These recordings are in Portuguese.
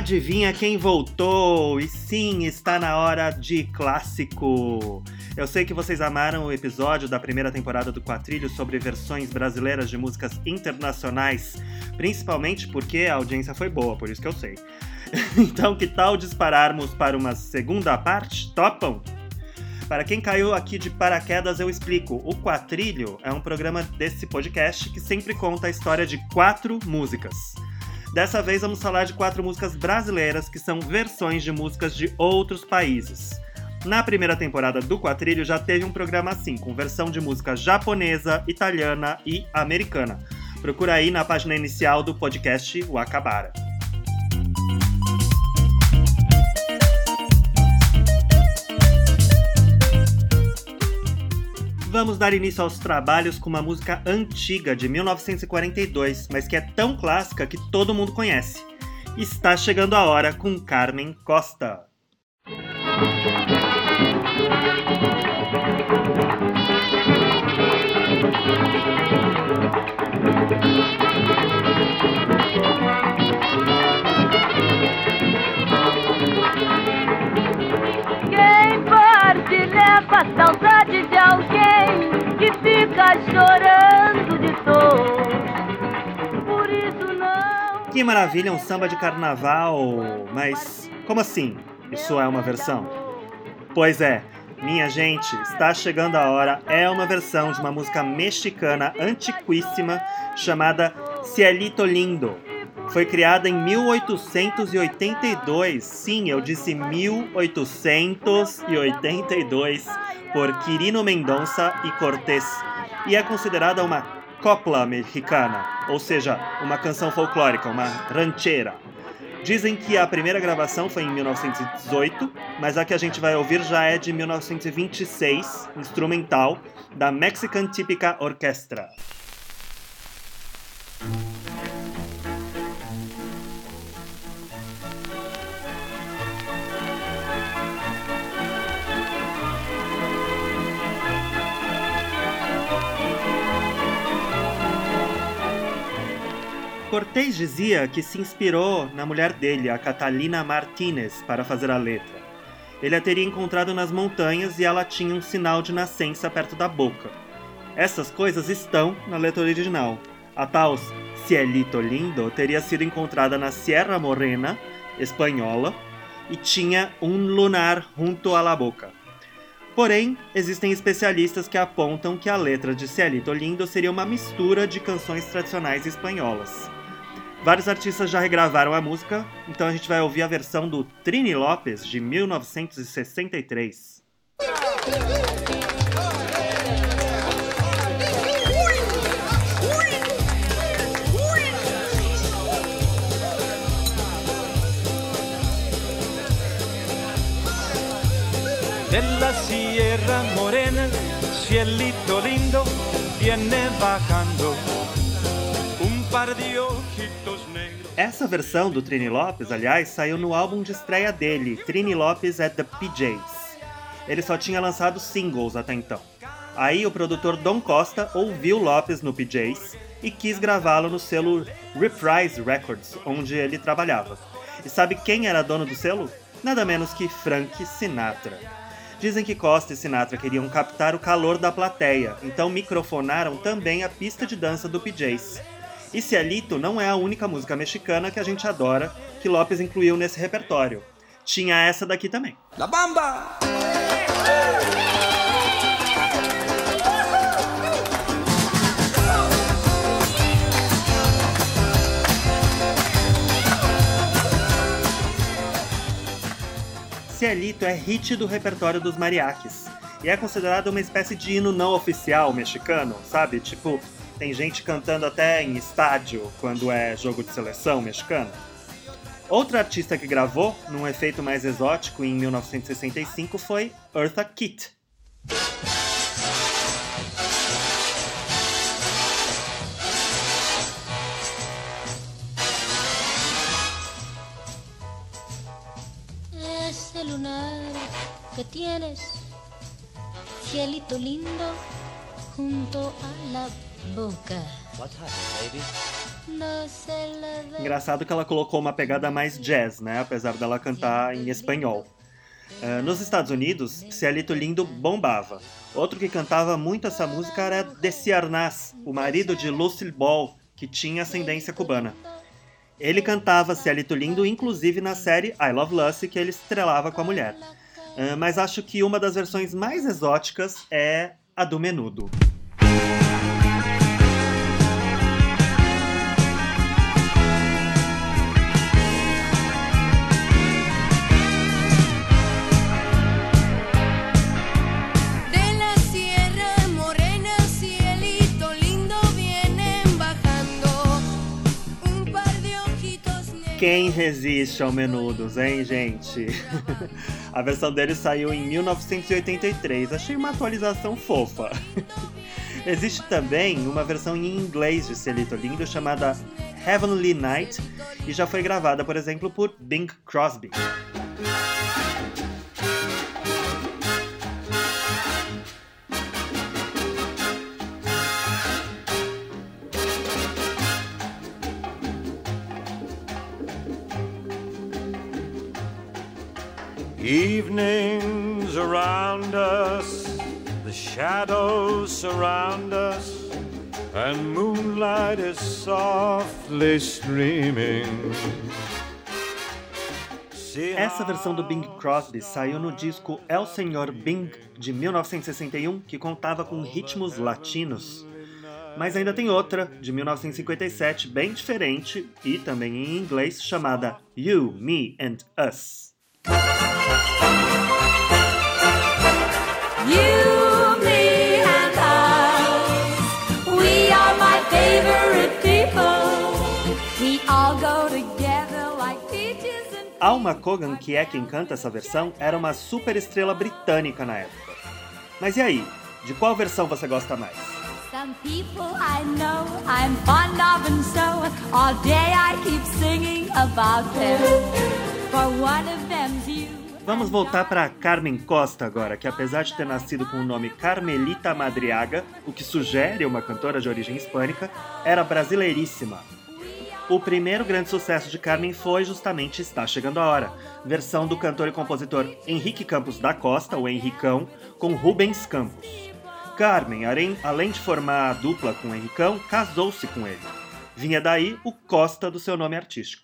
Adivinha quem voltou? E sim, está na hora de clássico. Eu sei que vocês amaram o episódio da primeira temporada do Quatrilho sobre versões brasileiras de músicas internacionais, principalmente porque a audiência foi boa, por isso que eu sei. Então, que tal dispararmos para uma segunda parte? Topam? Para quem caiu aqui de paraquedas, eu explico. O Quatrilho é um programa desse podcast que sempre conta a história de 4 músicas. Dessa vez vamos falar de 4 músicas brasileiras que são versões de músicas de outros países. Na primeira temporada do Quatrilho já teve um programa assim, com versão de música japonesa, italiana e americana. Procura aí na página inicial do podcast O Acabara. Vamos dar início aos trabalhos com uma música antiga de 1942, mas que é tão clássica que todo mundo conhece. Está chegando a hora com Carmen Costa. Quem parte leva saudade de alguém que fica chorando de dor. Por isso não. Que maravilha, um samba de carnaval! Mas como assim? Isso é uma versão? Pois é, minha gente, está chegando a hora. É uma versão de uma música mexicana antiquíssima chamada Cielito Lindo. Foi criada em 1882, sim, eu disse 1882, por Quirino Mendonça y Cortés, e é considerada uma copla mexicana, ou seja, uma canção folclórica, uma ranchera. Dizem que a primeira gravação foi em 1918, mas a que a gente vai ouvir já é de 1926, instrumental, da Mexican Típica Orquestra. Cortés dizia que se inspirou na mulher dele, a Catalina Martínez, para fazer a letra. Ele a teria encontrado nas montanhas e ela tinha um sinal de nascença perto da boca. Essas coisas estão na letra original. A tal Cielito Lindo teria sido encontrada na Sierra Morena, espanhola, e tinha um lunar junto à la boca. Porém, existem especialistas que apontam que a letra de Cielito Lindo seria uma mistura de canções tradicionais espanholas. Vários artistas já regravaram a música, então a gente vai ouvir a versão do Trini Lopes, de 1963. De la Sierra Morena, cielito lindo, viene bajando un par de ojitos negros. Essa versão do Trini Lopes, aliás, saiu no álbum de estreia dele, Trini Lopes at the PJs. Ele só tinha lançado singles até então. Aí o produtor Dom Costa ouviu Lopes no PJs e quis gravá-lo no selo Reprise Records, onde ele trabalhava. E sabe quem era dono do selo? Nada menos que Frank Sinatra. Dizem que Costa e Sinatra queriam captar o calor da plateia, então microfonaram também a pista de dança do PJs. E Cielito não é a única música mexicana que a gente adora que Lopes incluiu nesse repertório. Tinha essa daqui também. La Bamba! Cielito é hit do repertório dos mariachis e é considerado uma espécie de hino não oficial mexicano, sabe? Tipo, tem gente cantando até em estádio quando é jogo de seleção mexicana. Outra artista que gravou, num efeito mais exótico, em 1965 foi Eartha Kitt. Ese lunar que tienes, cielito lindo, junto a la boca. What's happening, baby? no se le ve. Engraçado que ela colocou uma pegada mais jazz, né? Apesar dela cantar em espanhol. Nos Estados Unidos, Cielito Lindo bombava. Outro que cantava muito essa música era Desi Arnaz, o marido de Lucille Ball, que tinha ascendência cubana. Ele cantava Cielito Lindo, inclusive na série I Love Lucy, que ele estrelava com a mulher. Mas acho que uma das versões mais exóticas é a do Menudo. Quem resiste ao Menudos, hein, gente? A versão dele saiu em 1983, achei uma atualização fofa. Existe também uma versão em inglês de Cielito Lindo chamada Heavenly Night e já foi gravada, por exemplo, por Bing Crosby. Evenings around us, the shadows surround us, and moonlight is softly streaming. Essa versão do Bing Crosby saiu no disco El Señor Bing, de 1961, que contava com ritmos latinos. Mas ainda tem outra, de 1957, bem diferente, e também em inglês, chamada You, Me and Us. You, me and us, we are my favorite people. We all go together like peaches and... Alma Cogan, que é quem canta essa versão, era uma super estrela britânica na época. Mas e aí, de qual versão você gosta mais? Some people I know I'm fond of and so all day I keep singing about them. For one of them's you. Vamos voltar para Carmen Costa agora, que apesar de ter nascido com o nome Carmelita Madriaga, o que sugere uma cantora de origem hispânica, era brasileiríssima. O primeiro grande sucesso de Carmen foi justamente Está Chegando a Hora, versão do cantor e compositor Henrique Campos da Costa, o Henricão, com Rubens Campos. Carmen, além de formar a dupla com o Henricão, casou-se com ele. Vinha daí o Costa do seu nome artístico.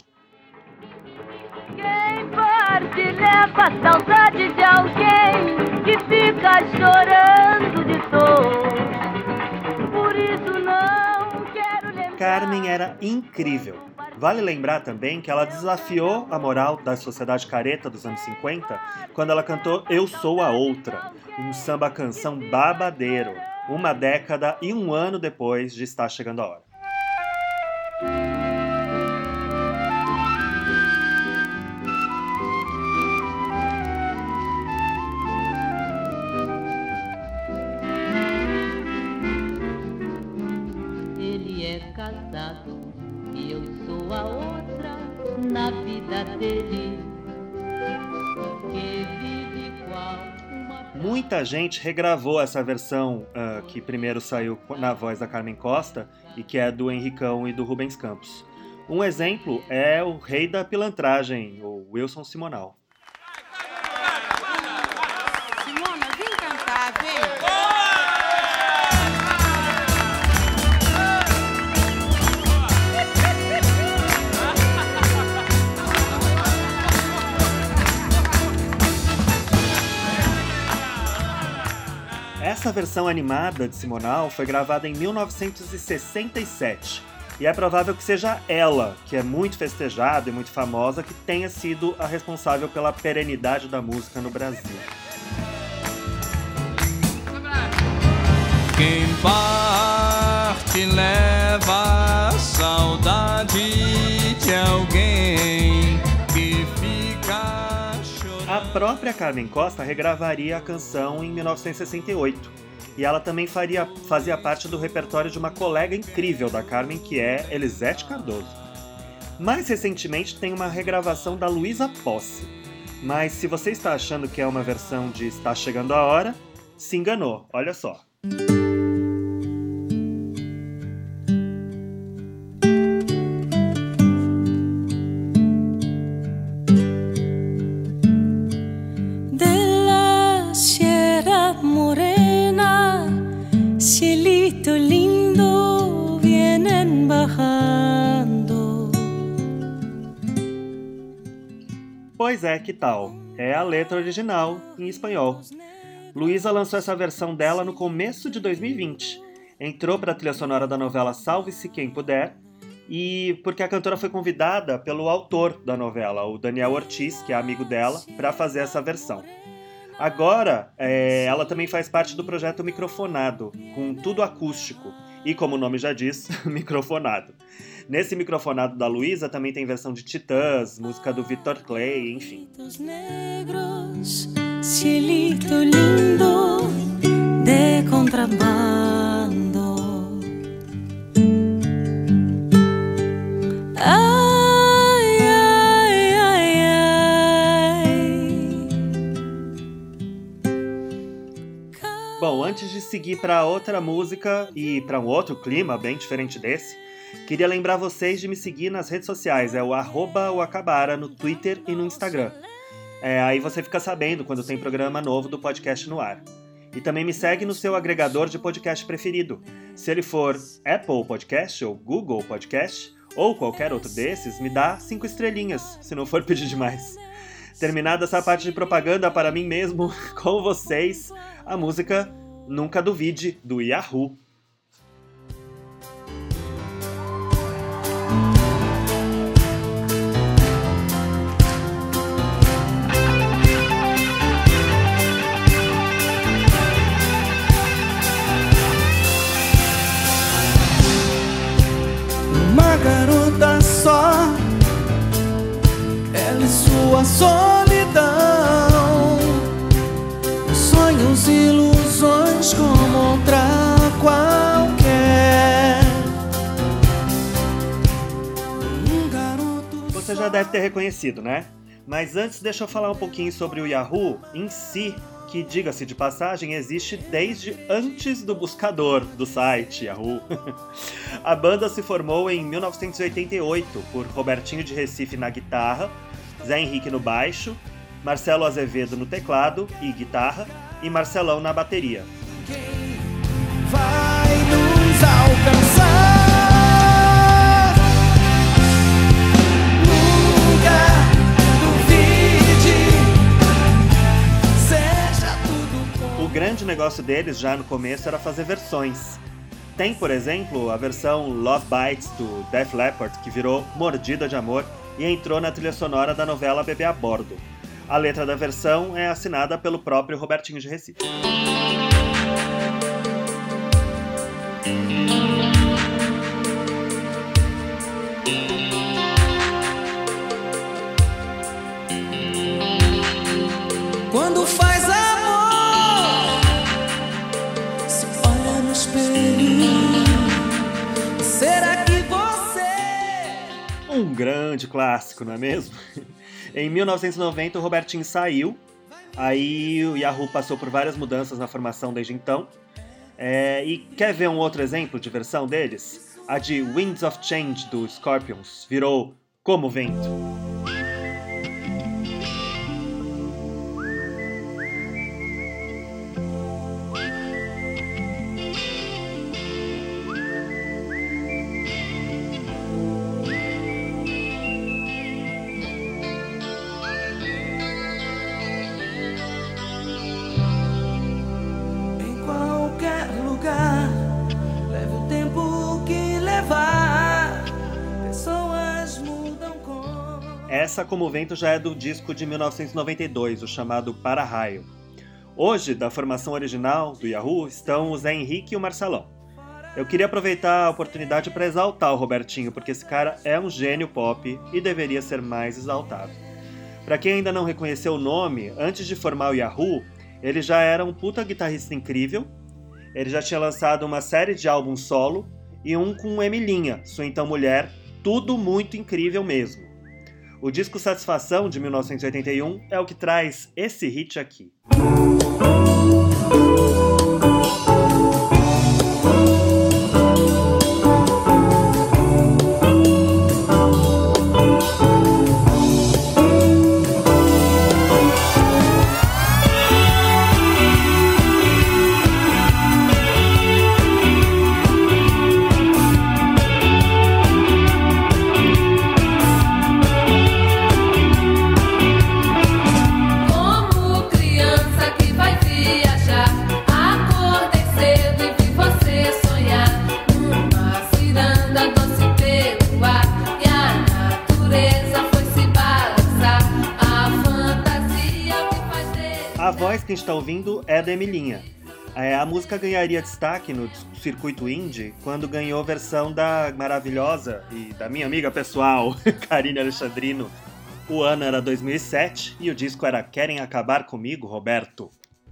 Quem parte leva saudade de alguém que fica chorando de dor. Por isso não quero lembrar. Carmen era incrível. Vale lembrar também que ela desafiou a moral da sociedade careta dos anos 50 quando ela cantou Eu Sou a Outra, um samba-canção babadeiro, uma década e um ano depois de Está Chegando a Hora. Casado e eu sou a outra na vida dele que vive igual uma... Muita gente regravou essa versão que primeiro saiu na voz da Carmen Costa e que é do Henricão e do Rubens Campos. Um exemplo é o rei da pilantragem, o Wilson Simonal. Simona, vem cantar, vem! Essa versão animada de Simonal foi gravada em 1967 e é provável que seja ela, que é muito festejada e muito famosa, que tenha sido a responsável pela perenidade da música no Brasil. Quem parte leva a saudade de alguém que fica chorando. A própria Carmen Costa regravaria a canção em 1968. E ela também fazia parte do repertório de uma colega incrível da Carmen, que é Elisete Cardoso. Mais recentemente tem uma regravação da Luísa Posse. Mas se você está achando que é uma versão de Está Chegando a Hora, se enganou, olha só. Pois é, que tal? É a letra original, em espanhol. Luísa lançou essa versão dela no começo de 2020. Entrou para a trilha sonora da novela Salve-se Quem Puder, e porque a cantora foi convidada pelo autor da novela, o Daniel Ortiz, que é amigo dela, para fazer essa versão. Agora, ela também faz parte do projeto Microfonado, com tudo acústico, e como o nome já diz, microfonado. Nesse microfonado da Luísa também tem versão de Titãs, música do Victor Clay, enfim. Negros, cielito lindo de contrabando. Ai, ai, ai, ai. Bom, antes de seguir para outra música e para um outro clima bem diferente desse, queria lembrar vocês de me seguir nas redes sociais, é o @oacabara no Twitter e no Instagram. Aí você fica sabendo quando tem programa novo do podcast no ar. E também me segue no seu agregador de podcast preferido. Se ele for Apple Podcast ou Google Podcast, ou qualquer outro desses, me dá 5 estrelinhas, se não for pedir demais. Terminada essa parte de propaganda para mim mesmo, com vocês, a música Nunca Duvide, do Yahoo. Uma garota só, ela e sua solidão, sonhos e ilusões como outra qualquer. Você já deve ter reconhecido, né? Mas antes deixa eu falar um pouquinho sobre o Yahoo em si, que, diga-se de passagem, existe desde antes do buscador do site Yahoo. A banda se formou em 1988 por Robertinho de Recife na guitarra, Zé Henrique no baixo, Marcelo Azevedo no teclado e guitarra e Marcelão na bateria. Quem vai nos alcançar? O grande negócio deles já no começo era fazer versões. Tem, por exemplo, a versão Love Bites do Def Leppard, que virou Mordida de Amor e entrou na trilha sonora da novela Bebê a Bordo. A letra da versão é assinada pelo próprio Robertinho de Recife. Quando faz amor, se olha no espelho, será que você... Um grande clássico, não é mesmo? Em 1990 o Robertinho saiu, aí o Yahoo passou por várias mudanças na formação desde então. E quer ver um outro exemplo de versão deles? A de Winds of Change do Scorpions virou Como Vento. Essa Como Vento já é do disco de 1992, o chamado Para-Raio. Hoje, da formação original do Yahoo, estão o Zé Henrique e o Marcelão. Eu queria aproveitar a oportunidade para exaltar o Robertinho, porque esse cara é um gênio pop e deveria ser mais exaltado. Para quem ainda não reconheceu o nome, antes de formar o Yahoo, ele já era um puta guitarrista incrível, ele já tinha lançado uma série de álbuns solo e um com Emilinha, sua então mulher, tudo muito incrível mesmo. O disco Satisfação, de 1981, é o que traz esse hit aqui. que a gente está ouvindo é da Emilinha. A música ganharia destaque no circuito indie quando ganhou a versão da maravilhosa e da minha amiga pessoal, Karine Alexandrino. O ano era 2007 e o disco era Querem Acabar Comigo, Roberto?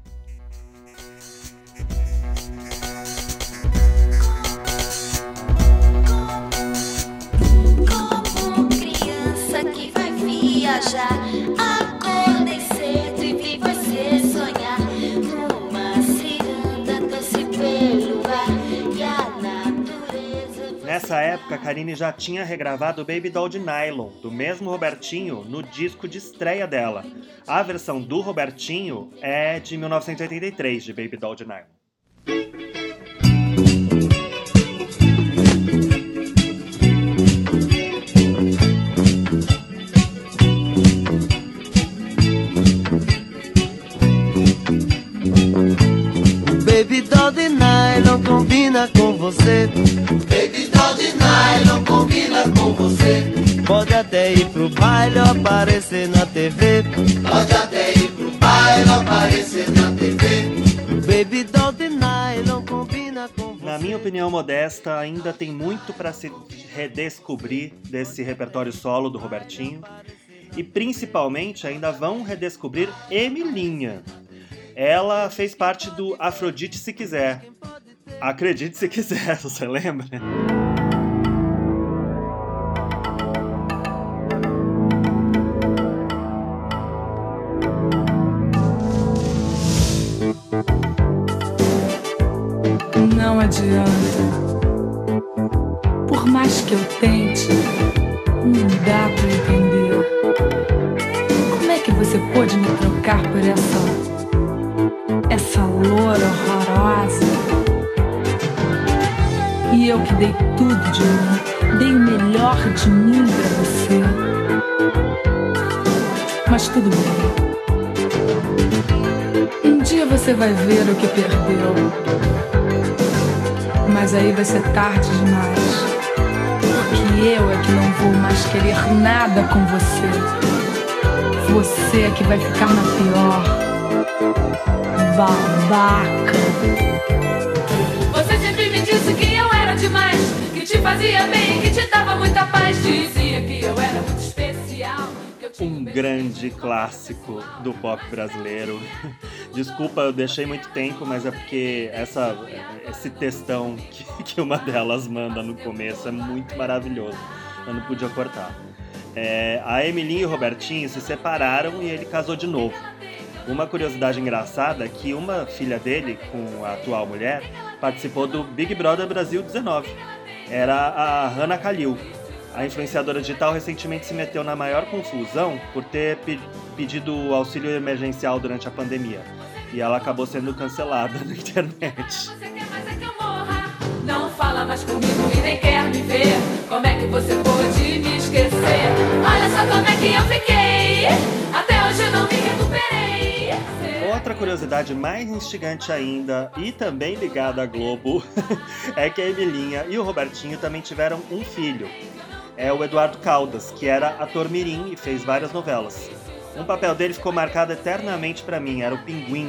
Como criança que vai viajar, acordei cedo e vi você sonhar numa ciranda doce pelo ar e a natureza. Nessa época, a Karine já tinha regravado Baby Doll de Nylon, do mesmo Robertinho, no disco de estreia dela. A versão do Robertinho é de 1983, de Baby Doll de Nylon. Baby doll de nylon combina com você. Baby doll de nylon combina com você. Pode até ir pro baile ou aparecer na TV. Pode até ir pro baile ou aparecer na TV. Baby doll de nylon combina com você. Na minha opinião modesta, ainda tem muito para se redescobrir desse repertório solo do Robertinho. E principalmente ainda vão redescobrir Emilinha. Ela fez parte do Afrodite Se Quiser. Acredite se quiser, você lembra? Não adianta. Por mais que eu tente, não dá pra entender. Como é que você pôde me trocar por essa loura horrorosa? E eu que dei tudo de mim, dei o melhor de mim pra você. Mas tudo bem. Um dia você vai ver o que perdeu. Mas aí vai ser tarde demais. Porque eu é que não vou mais querer nada com você. Você é que vai ficar na pior. Babaca. Você sempre me disse que eu era demais, que te fazia bem, que te dava muita paz. Dizia que eu era muito especial. Um grande clássico do pop brasileiro. Desculpa, eu deixei muito tempo, mas é porque esse textão que uma delas manda no começo é muito maravilhoso. Eu não podia cortar. A Emilinha e o Robertinho se separaram e ele casou de novo. Uma curiosidade engraçada é que uma filha dele, com a atual mulher, participou do Big Brother Brasil 19. Era a Hannah Kalil. A influenciadora digital recentemente se meteu na maior confusão por ter pedido auxílio emergencial durante a pandemia. E ela acabou sendo cancelada na internet. Você quer mais é que eu morra? Não fala mais comigo e nem quer me ver. Como é que você pôde me esquecer? Olha só como é que eu fiquei. Até hoje eu não me recuperei. Outra curiosidade mais instigante ainda, e também ligada à Globo, é que a Emilinha e o Robertinho também tiveram um filho. É o Eduardo Caldas, que era ator mirim e fez várias novelas. Um papel dele ficou marcado eternamente pra mim, era o Pinguim,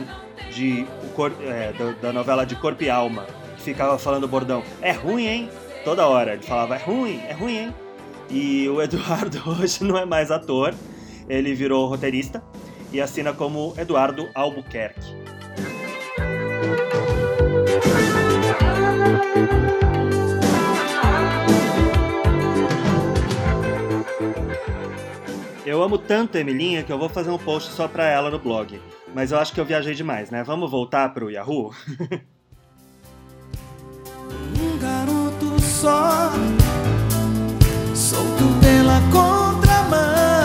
da novela de Corpo e Alma, que ficava falando o bordão, é ruim, hein? Toda hora ele falava, é ruim, hein? E o Eduardo hoje não é mais ator, ele virou roteirista e assina como Eduardo Albuquerque. Eu amo tanto a Emilinha que eu vou fazer um post só pra ela no blog. Mas eu acho que eu viajei demais, né? Vamos voltar pro Yahoo? Um garoto só, solto pela contramão.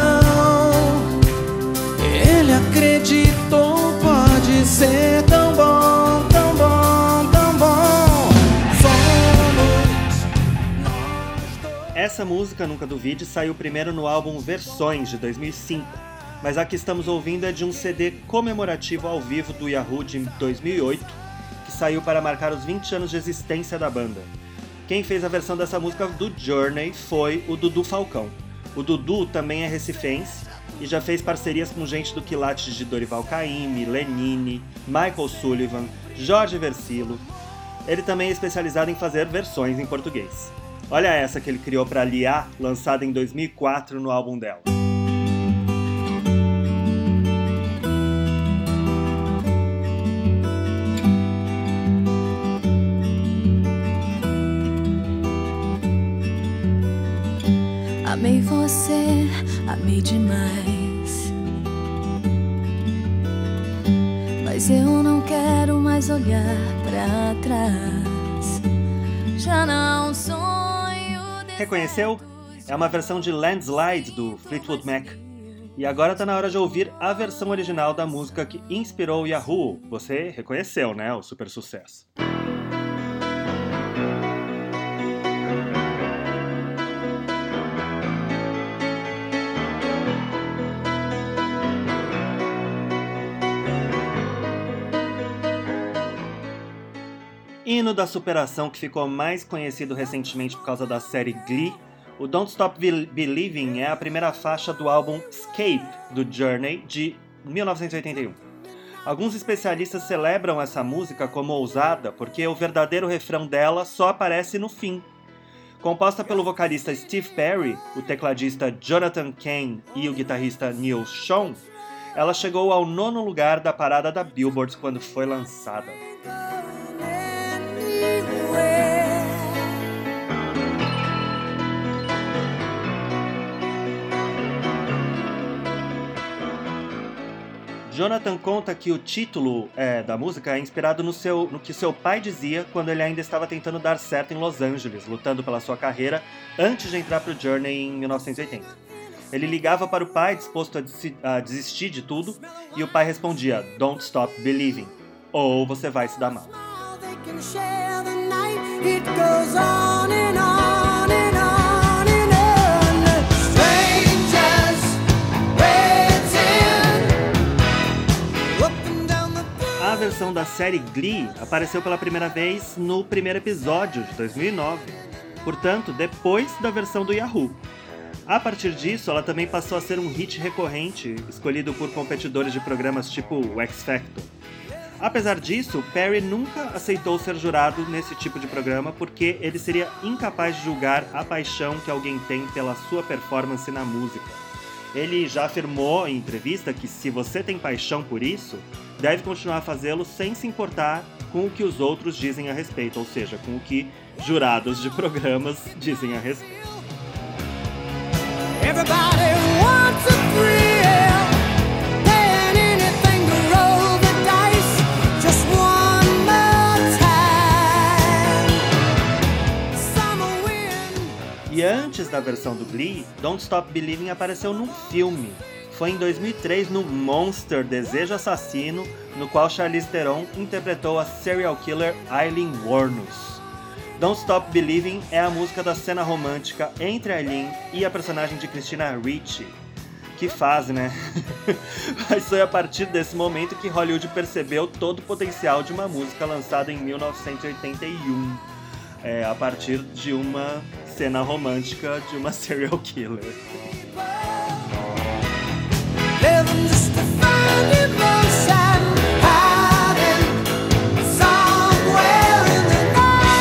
Ele acreditou, pode ser tão bom, tão bom, tão bom. Somos nós dois. Essa música, Nunca Duvide, saiu primeiro no álbum Versões, de 2005. Mas a que estamos ouvindo é de um CD comemorativo ao vivo do Yahoo de 2008, que saiu para marcar os 20 anos de existência da banda. Quem fez a versão dessa música do Journey foi o Dudu Falcão. O Dudu também é recifense e já fez parcerias com gente do quilate de Dorival Caymmi, Lenine, Michael Sullivan, Jorge Versilo. Ele também é especializado em fazer versões em português. Olha essa que ele criou para Lia, lançada em 2004 no álbum dela. Amei você, amei demais, mas eu não quero mais olhar pra trás. Já não sonho. Reconheceu? É uma versão de Landslide do Fleetwood Mac. E agora tá na hora de ouvir a versão original da música que inspirou Yahoo. Você reconheceu, né? O super sucesso. Hino da superação que ficou mais conhecido recentemente por causa da série Glee, o Don't Stop Believing é a primeira faixa do álbum Escape, do Journey, de 1981. Alguns especialistas celebram essa música como ousada porque o verdadeiro refrão dela só aparece no fim. Composta pelo vocalista Steve Perry, o tecladista Jonathan Cain e o guitarrista Neil Schon, ela chegou ao 9º lugar da parada da Billboard quando foi lançada. Jonathan conta que o título da música é inspirado no que seu pai dizia quando ele ainda estava tentando dar certo em Los Angeles, lutando pela sua carreira antes de entrar para o Journey em 1980. Ele ligava para o pai disposto a desistir de tudo e o pai respondia "Don't stop believing", ou você vai se dar mal. A versão da série Glee apareceu pela primeira vez no primeiro episódio de 2009, portanto, depois da versão do Yahoo. A partir disso, ela também passou a ser um hit recorrente, escolhido por competidores de programas tipo o X Factor. Apesar disso, Perry nunca aceitou ser jurado nesse tipo de programa porque ele seria incapaz de julgar a paixão que alguém tem pela sua performance na música. Ele já afirmou em entrevista que se você tem paixão por isso, deve continuar a fazê-lo sem se importar com o que os outros dizem a respeito, ou seja, com o que jurados de programas dizem a respeito. Everybody wants a thrill, paying anything to roll the dice, just one more time. Summer wind. E antes da versão do Glee, Don't Stop Believing apareceu num filme. Foi em 2003 no Monster, Desejo Assassino, no qual Charlize Theron interpretou a serial killer Aileen Wuornos. Don't Stop Believing é a música da cena romântica entre Aileen e a personagem de Christina Ricci. Que fase, né? Mas foi a partir desse momento que Hollywood percebeu todo o potencial de uma música lançada em 1981. A partir de uma cena romântica de uma serial killer. Living just to find emotion, hiding somewhere in the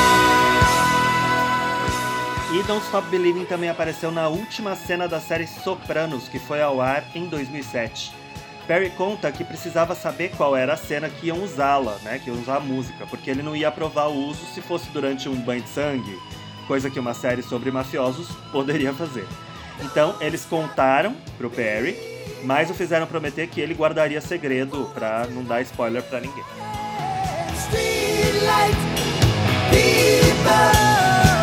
night. E Don't Stop Believing também apareceu na última cena da série Sopranos, que foi ao ar em 2007. Perry conta que precisava saber qual era a cena que iam usá-la, né, que iam usar a música, porque ele não ia aprovar o uso se fosse durante um banho de sangue, coisa que uma série sobre mafiosos poderia fazer. Então, eles contaram pro Perry, mas o fizeram prometer que ele guardaria segredo pra não dar spoiler pra ninguém. Streetlight people.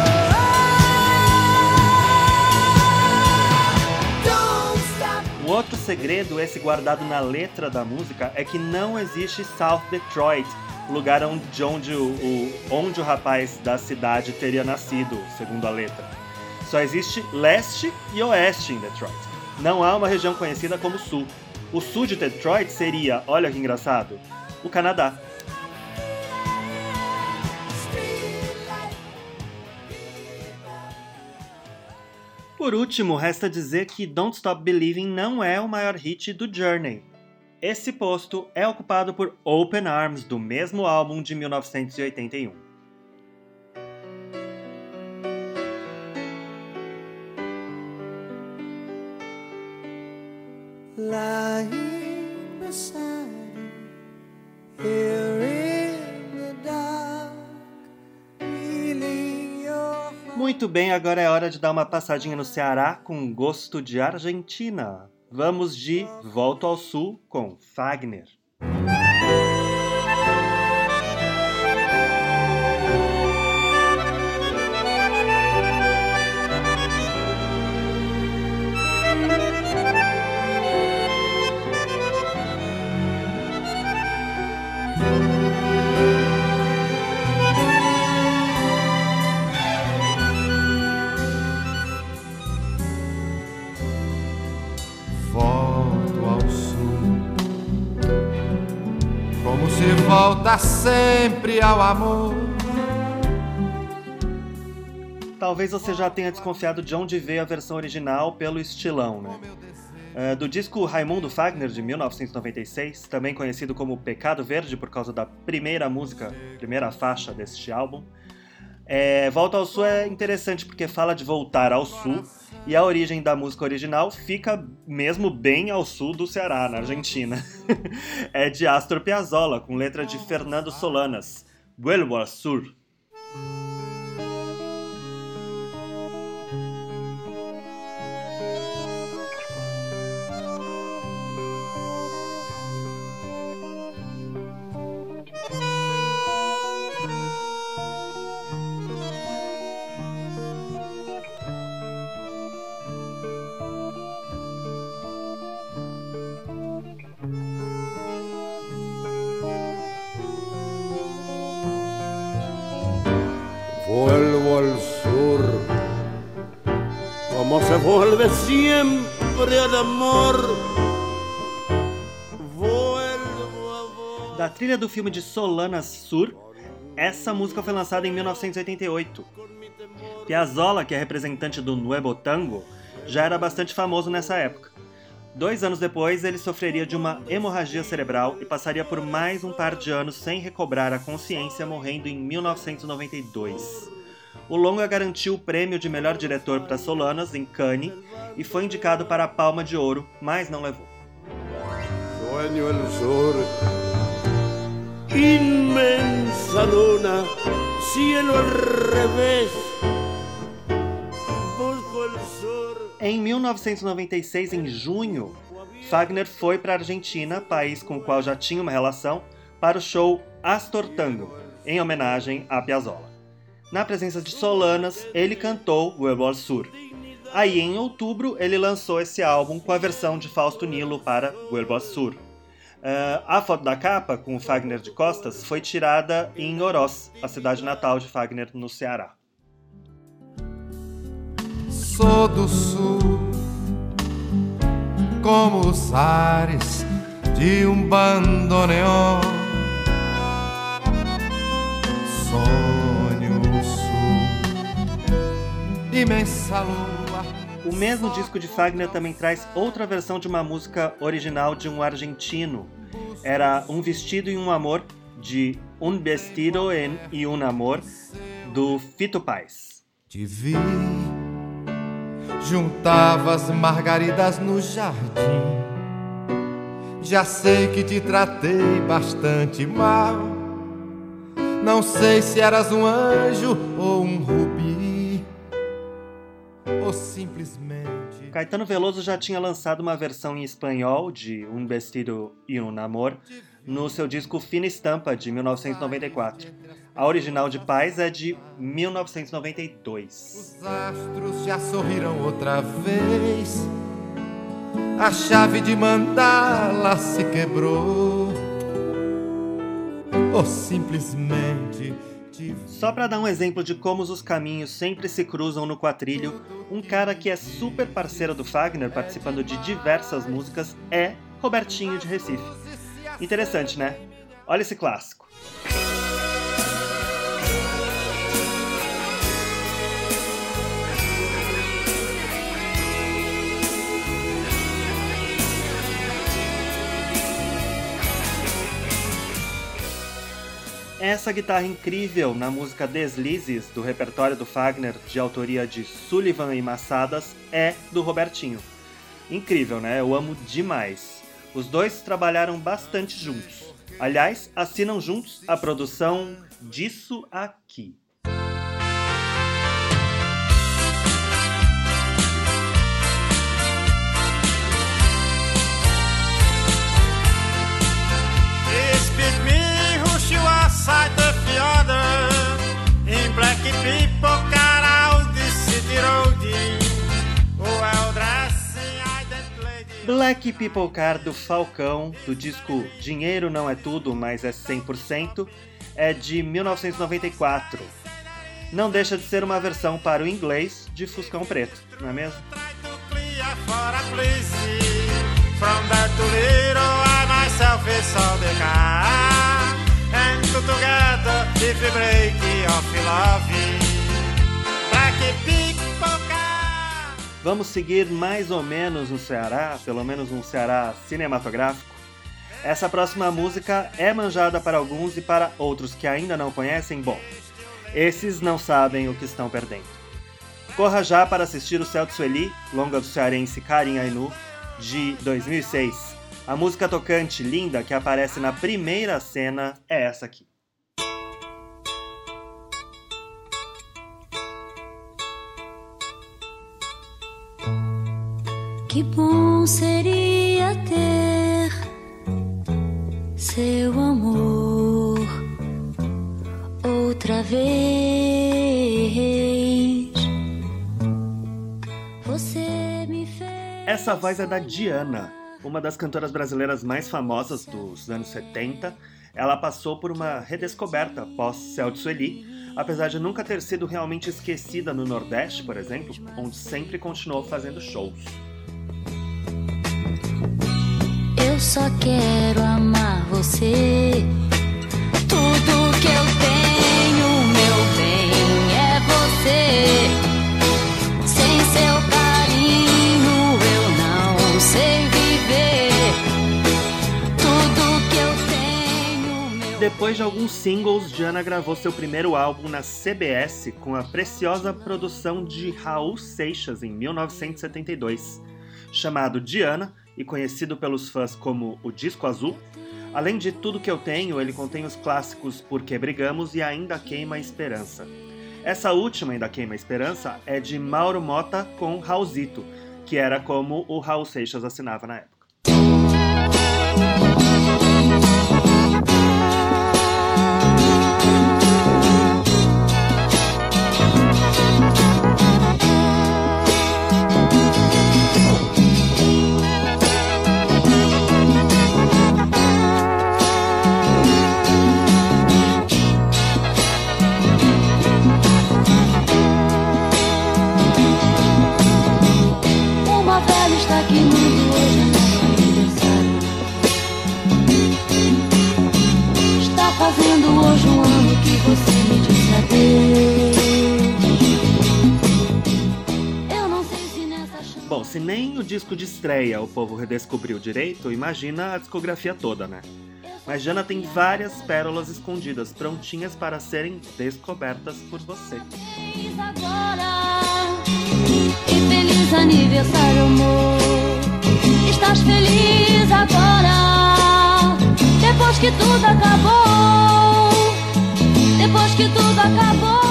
Um outro segredo, esse guardado na letra da música, é que não existe South Detroit, lugar onde o rapaz da cidade teria nascido, segundo a letra. Só existe leste e oeste em Detroit. Não há uma região conhecida como sul. O sul de Detroit seria, olha que engraçado, o Canadá. Por último, resta dizer que Don't Stop Believing não é o maior hit do Journey. Esse posto é ocupado por Open Arms, do mesmo álbum de 1981. Lying beside you, here in the dark, feeling your heart. Muito bem, agora é hora de dar uma passadinha no Ceará com gosto de Argentina. Vamos de Volta ao Sul com Fagner. Se volta sempre ao amor. Talvez você já tenha desconfiado de onde veio a versão original pelo estilão, né? Do disco Raimundo Fagner, de 1996, também conhecido como Pecado Verde por causa da primeira faixa deste álbum. Volta ao Sul é interessante porque fala de voltar ao sul, e a origem da música original fica mesmo bem ao sul do Ceará, na Argentina. É de Astor Piazzolla, com letra de Fernando Solanas, Vuelvo al Sur. Vuelvo al sur, como se vuelve siempre al amor. Da trilha do filme de Solanas Sur, essa música foi lançada em 1988. Piazzolla, que é representante do Nuevo Tango, já era bastante famoso nessa época. 2 anos depois, ele sofreria de uma hemorragia cerebral e passaria por mais um par de anos sem recobrar a consciência, morrendo em 1992. O longa garantiu o prêmio de melhor diretor para Solanas, em Cannes, e foi indicado para a Palma de Ouro, mas não levou. Sueño el sur, inmensa luna, cielo al revés. Busco el sur. Em 1996, em junho, Fagner foi para a Argentina, país com o qual já tinha uma relação, para o show Astor Tango, em homenagem a Piazzolla. Na presença de Solanas, ele cantou Vuelvo al Sur. Aí, em outubro, ele lançou esse álbum com a versão de Fausto Nilo para Vuelvo al Sur. A foto da capa, com o Fagner de costas, foi tirada em Oroz, a cidade natal de Fagner, no Ceará. Sou do sul, como os ares de bandoneon. Sonho o sul, imensa lua. O mesmo disco de Fagner também traz outra versão de uma música original de um argentino. Era Um Vestido e um Amor, de Un Vestido y un Amor, do Fito Páez. Te vi, juntava as margaridas no jardim. Já sei que te tratei bastante mal. Não sei se eras um anjo ou um rubi, ou simplesmente... Caetano Veloso já tinha lançado uma versão em espanhol de Un Vestido y un Amor no seu disco Fina Estampa, de 1994. A original de Páez é de 1992. Os astros já sorriram outra vez. A chave de mandala se quebrou. Ou simplesmente... Só para dar um exemplo de como os caminhos sempre se cruzam no quatrilho, um cara que é super parceiro do Fagner, participando de diversas músicas, é Robertinho de Recife. Interessante, né? Olha esse clássico. essa guitarra incrível na música Deslizes, do repertório do Fagner, de autoria de Sullivan e Massadas, é do Robertinho. Incrível, né? Eu amo demais. Os dois trabalharam bastante juntos. Aliás, assinam juntos a produção Disso Aqui. Black People Car do Falcão, do disco Dinheiro Não É Tudo, mas é 100%, é de 1994. Não deixa de ser uma versão para o inglês de Fuscão Preto, não é mesmo? Vamos seguir mais ou menos no Ceará, pelo menos um Ceará cinematográfico. Essa próxima música é manjada para alguns e para outros que ainda não conhecem, bom, esses não sabem o que estão perdendo. Corra já para assistir o Céu de Sueli, longa do cearense Karim Ainu, de 2006. A música tocante linda que aparece na primeira cena é essa aqui. Que bom seria ter seu amor outra vez. Você me fez. Essa voz é da Diana, uma das cantoras brasileiras mais famosas dos anos 70. Ela passou por uma redescoberta pós Céu de Sueli, apesar de nunca ter sido realmente esquecida no Nordeste, por exemplo, onde sempre continuou fazendo shows. Eu só quero amar você. Tudo que eu tenho, meu bem, é você. Sem seu carinho eu não sei viver. Tudo que eu tenho, meu... Depois de alguns singles, Diana gravou seu primeiro álbum na CBS com a preciosa produção de Raul Seixas em 1972, chamado Diana, e conhecido pelos fãs como o Disco Azul. Além de Tudo Que Eu Tenho, ele contém os clássicos Por Que Brigamos e Ainda Queima a Esperança. Essa última, Ainda Queima a Esperança, é de Mauro Mota com Raulzito, que era como o Raul Seixas assinava na época. Bom, se nem o disco de estreia o povo redescobriu direito, imagina a discografia toda, né? Mas Diana tem várias pérolas escondidas, prontinhas para serem descobertas por você. E feliz aniversário, amor. Estás feliz agora? Depois que tudo acabou. Depois que tudo acabou.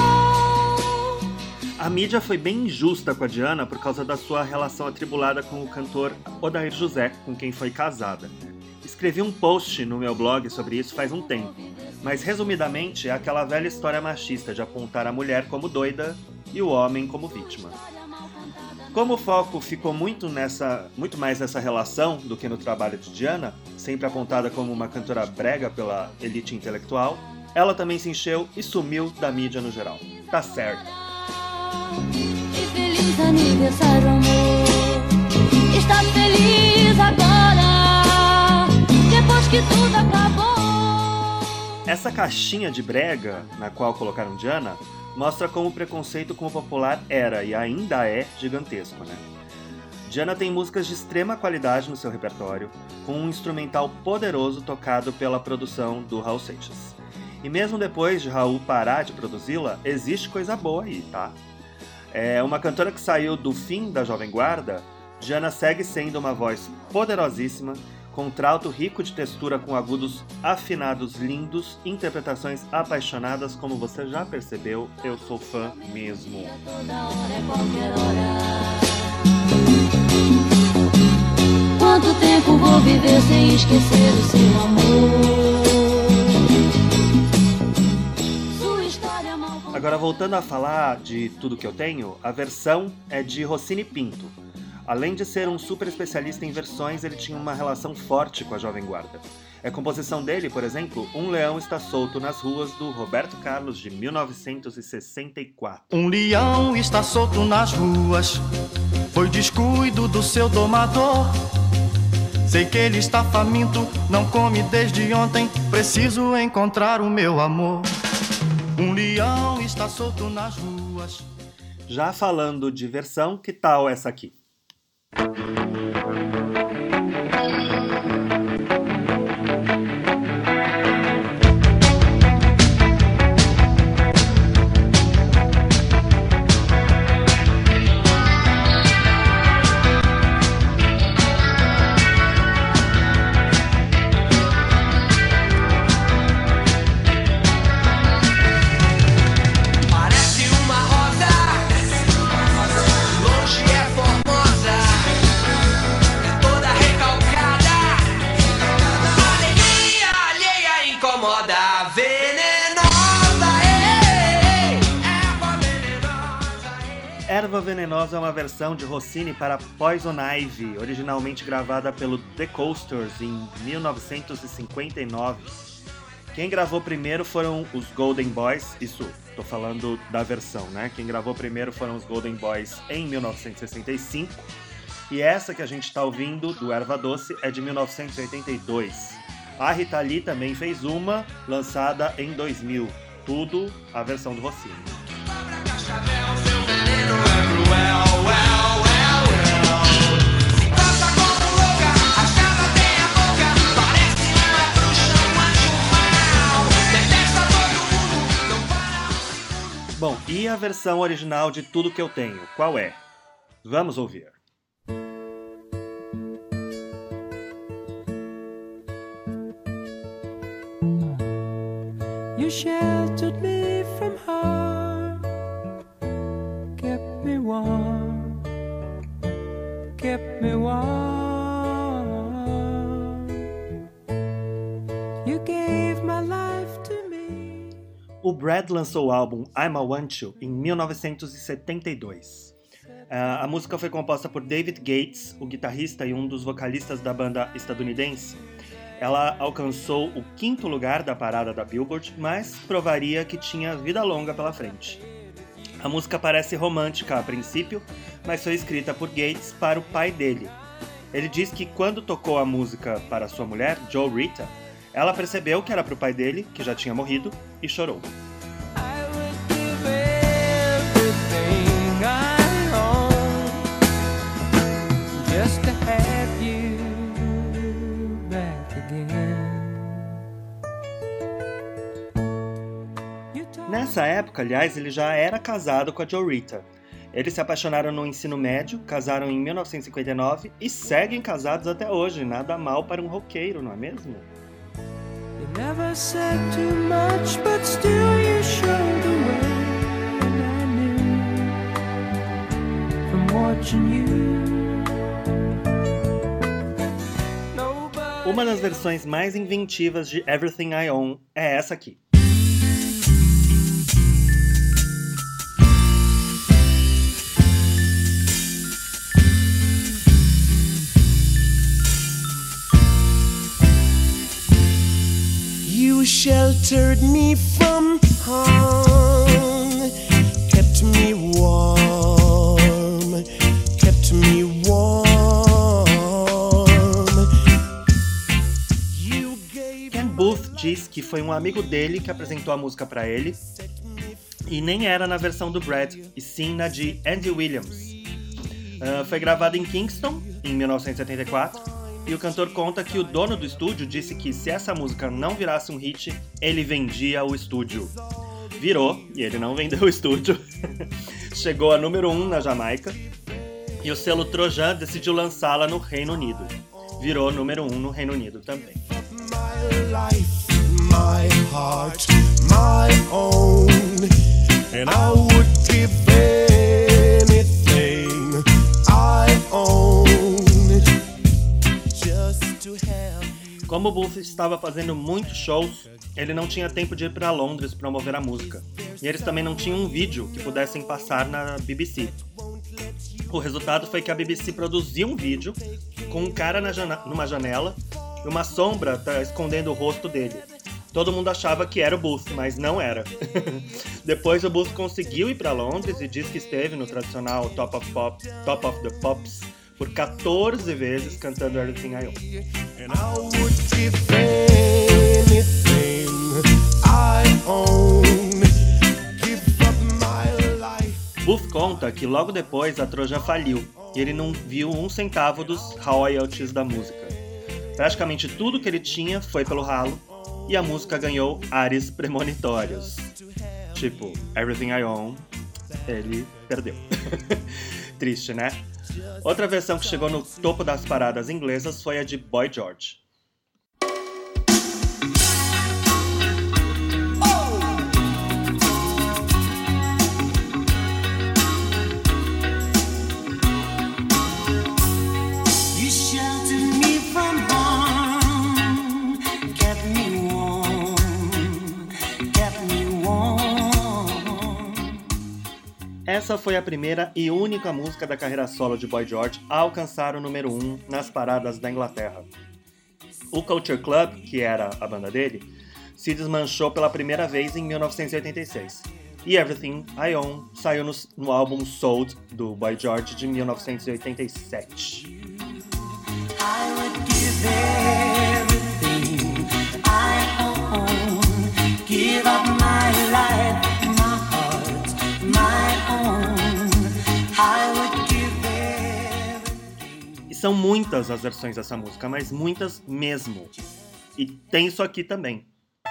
A mídia foi bem injusta com a Diana por causa da sua relação atribulada com o cantor Odair José, com quem foi casada. Escrevi um post no meu blog sobre isso faz um tempo, mas resumidamente é aquela velha história machista de apontar a mulher como doida e o homem como vítima. Como o foco ficou muito mais nessa relação do que no trabalho de Diana, sempre apontada como uma cantora brega pela elite intelectual, ela também se encheu e sumiu da mídia no geral. Tá certo. E feliz aniversário, amor. Estás feliz agora? Depois que tudo acabou. Essa caixinha de brega, na qual colocaram Diana, mostra como o preconceito com o popular era e ainda é gigantesco, né? Diana tem músicas de extrema qualidade no seu repertório, com um instrumental poderoso tocado pela produção do Raul Seixas. E mesmo depois de Raul parar de produzi-la, existe coisa boa aí, tá? É uma cantora que saiu do fim da Jovem Guarda, Diana segue sendo uma voz poderosíssima, contralto rico de textura com agudos afinados lindos, interpretações apaixonadas, como você já percebeu, eu sou fã mesmo. Quanto tempo vou viver sem esquecer o seu amor? Sua história mal... Agora, voltando a falar de Tudo Que Eu Tenho, a versão é de Rossini Pinto. Além de ser um super especialista em versões, ele tinha uma relação forte com a Jovem Guarda. É composição dele, por exemplo, Um Leão Está Solto nas Ruas, do Roberto Carlos, de 1964. Um leão está solto nas ruas, foi descuido do seu domador. Sei que ele está faminto, não come desde ontem, preciso encontrar o meu amor. Um leão está solto nas ruas. Já falando de versão, que tal essa aqui? Erva Venenosa é uma versão de Rossini para Poison Ivy, originalmente gravada pelo The Coasters em 1959. Quem gravou primeiro foram os Golden Boys, isso, tô falando da versão, né? Quem gravou primeiro foram os Golden Boys em 1965, e essa que a gente tá ouvindo, do Erva Doce, é de 1982. A Rita Lee também fez uma, lançada em 2000, tudo a versão do Rossini. Bom, e a versão original de Tudo Que Eu Tenho, qual é? Vamos ouvir. You sheltered me from harm, kept me warm, kept me warm. You gave my life to me. O Brad lançou o álbum I'm a Want You em 1972. A música foi composta por David Gates, o guitarrista e um dos vocalistas da banda estadunidense. Ela alcançou o 5º lugar da parada da Billboard, mas provaria que tinha vida longa pela frente. A música parece romântica a princípio, mas foi escrita por Gates para o pai dele. Ele diz que quando tocou a música para sua mulher, Jo Rita, ela percebeu que era para o pai dele, que já tinha morrido, e chorou. Nessa época, aliás, ele já era casado com a Jo Rita. Eles se apaixonaram no ensino médio, casaram em 1959 e seguem casados até hoje. Nada mal para um roqueiro, não é mesmo? You never said too much, but still you showed the way, and I knew from watching you. Uma das versões mais inventivas de Everything I Own é essa aqui. You sheltered me from harm, kept me warm, kept me warm. Ken Booth diz que foi um amigo dele que apresentou a música para ele, e nem era na versão do Brad, e sim na de Andy Williams. Foi gravada em Kingston, em 1974, e o cantor conta que o dono do estúdio disse que se essa música não virasse um hit, ele vendia o estúdio. Virou, e ele não vendeu o estúdio. Chegou a número 1 na Jamaica, e o selo Trojan decidiu lançá-la no Reino Unido. Virou número 1 no Reino Unido também. My life, my heart, my own, and I would give anything I own just to have. Como o Booth estava fazendo muitos shows, ele não tinha tempo de ir para Londres promover a música. E eles também não tinham um vídeo que pudessem passar na BBC. O resultado foi que a BBC produziu um vídeo com um cara numa janela e uma sombra escondendo o rosto dele. Todo mundo achava que era o Booth, mas não era. Depois o Booth conseguiu ir para Londres e diz que esteve no tradicional Top of the Pops por 14 vezes cantando Everything I Own. And I would give anything I own, give up my life. Booth conta que logo depois a Trojan faliu e ele não viu um centavo dos royalties da música. Praticamente tudo que ele tinha foi pelo ralo e a música ganhou ares premonitórios. Tipo, Everything I Own, ele perdeu. Triste, né? Outra versão que chegou no topo das paradas inglesas foi a de Boy George. Essa foi a primeira e única música da carreira solo de Boy George a alcançar o número 1 nas paradas da Inglaterra. O Culture Club, que era a banda dele, se desmanchou pela primeira vez em 1986. E Everything I Own saiu no álbum Sold, do Boy George, de 1987. I would give everything I own, give up my life, my heart, my own. I would give everything. E são muitas as versões dessa música, mas muitas mesmo. E tem isso aqui também.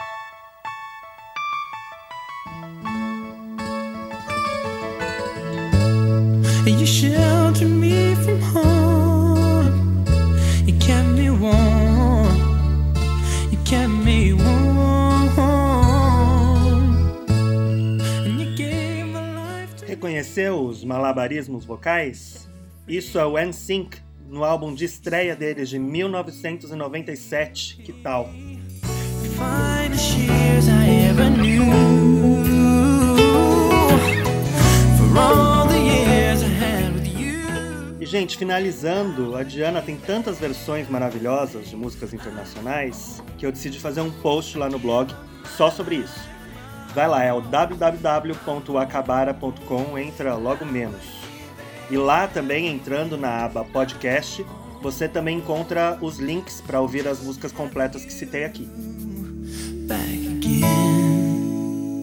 You sheltered me from harm. You kept me warm. You kept me warm. And you gave a life to... Reconheceu os malabarismos vocais? Isso é o NSYNC, no álbum de estreia deles de 1997. Que tal? Finest years I ever knew. For all the years I had with you. E, gente, finalizando, a Diana tem tantas versões maravilhosas de músicas internacionais que eu decidi fazer um post lá no blog só sobre isso. Vai lá, é o www.acabara.com, entra logo menos. E lá também, entrando na aba podcast, você também encontra os links para ouvir as músicas completas que citei aqui. Back again.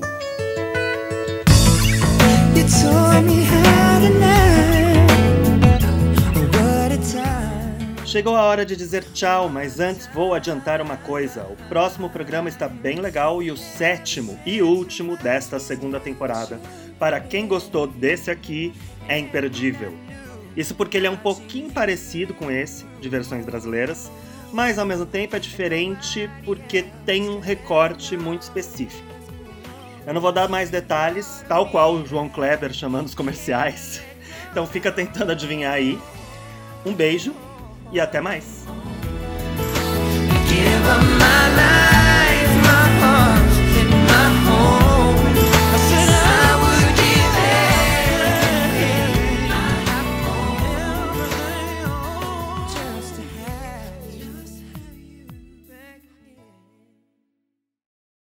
You taught me how to know what a time. Chegou a hora de dizer tchau, mas antes vou adiantar uma coisa. O próximo programa está bem legal e o 7º e último desta segunda temporada. Para quem gostou desse aqui, é imperdível. Isso porque ele é um pouquinho parecido com esse, de versões brasileiras, mas ao mesmo tempo é diferente porque tem um recorte muito específico. Eu não vou dar mais detalhes, tal qual o João Kleber chamando os comerciais, então fica tentando adivinhar aí. Um beijo e até mais! Give up my life.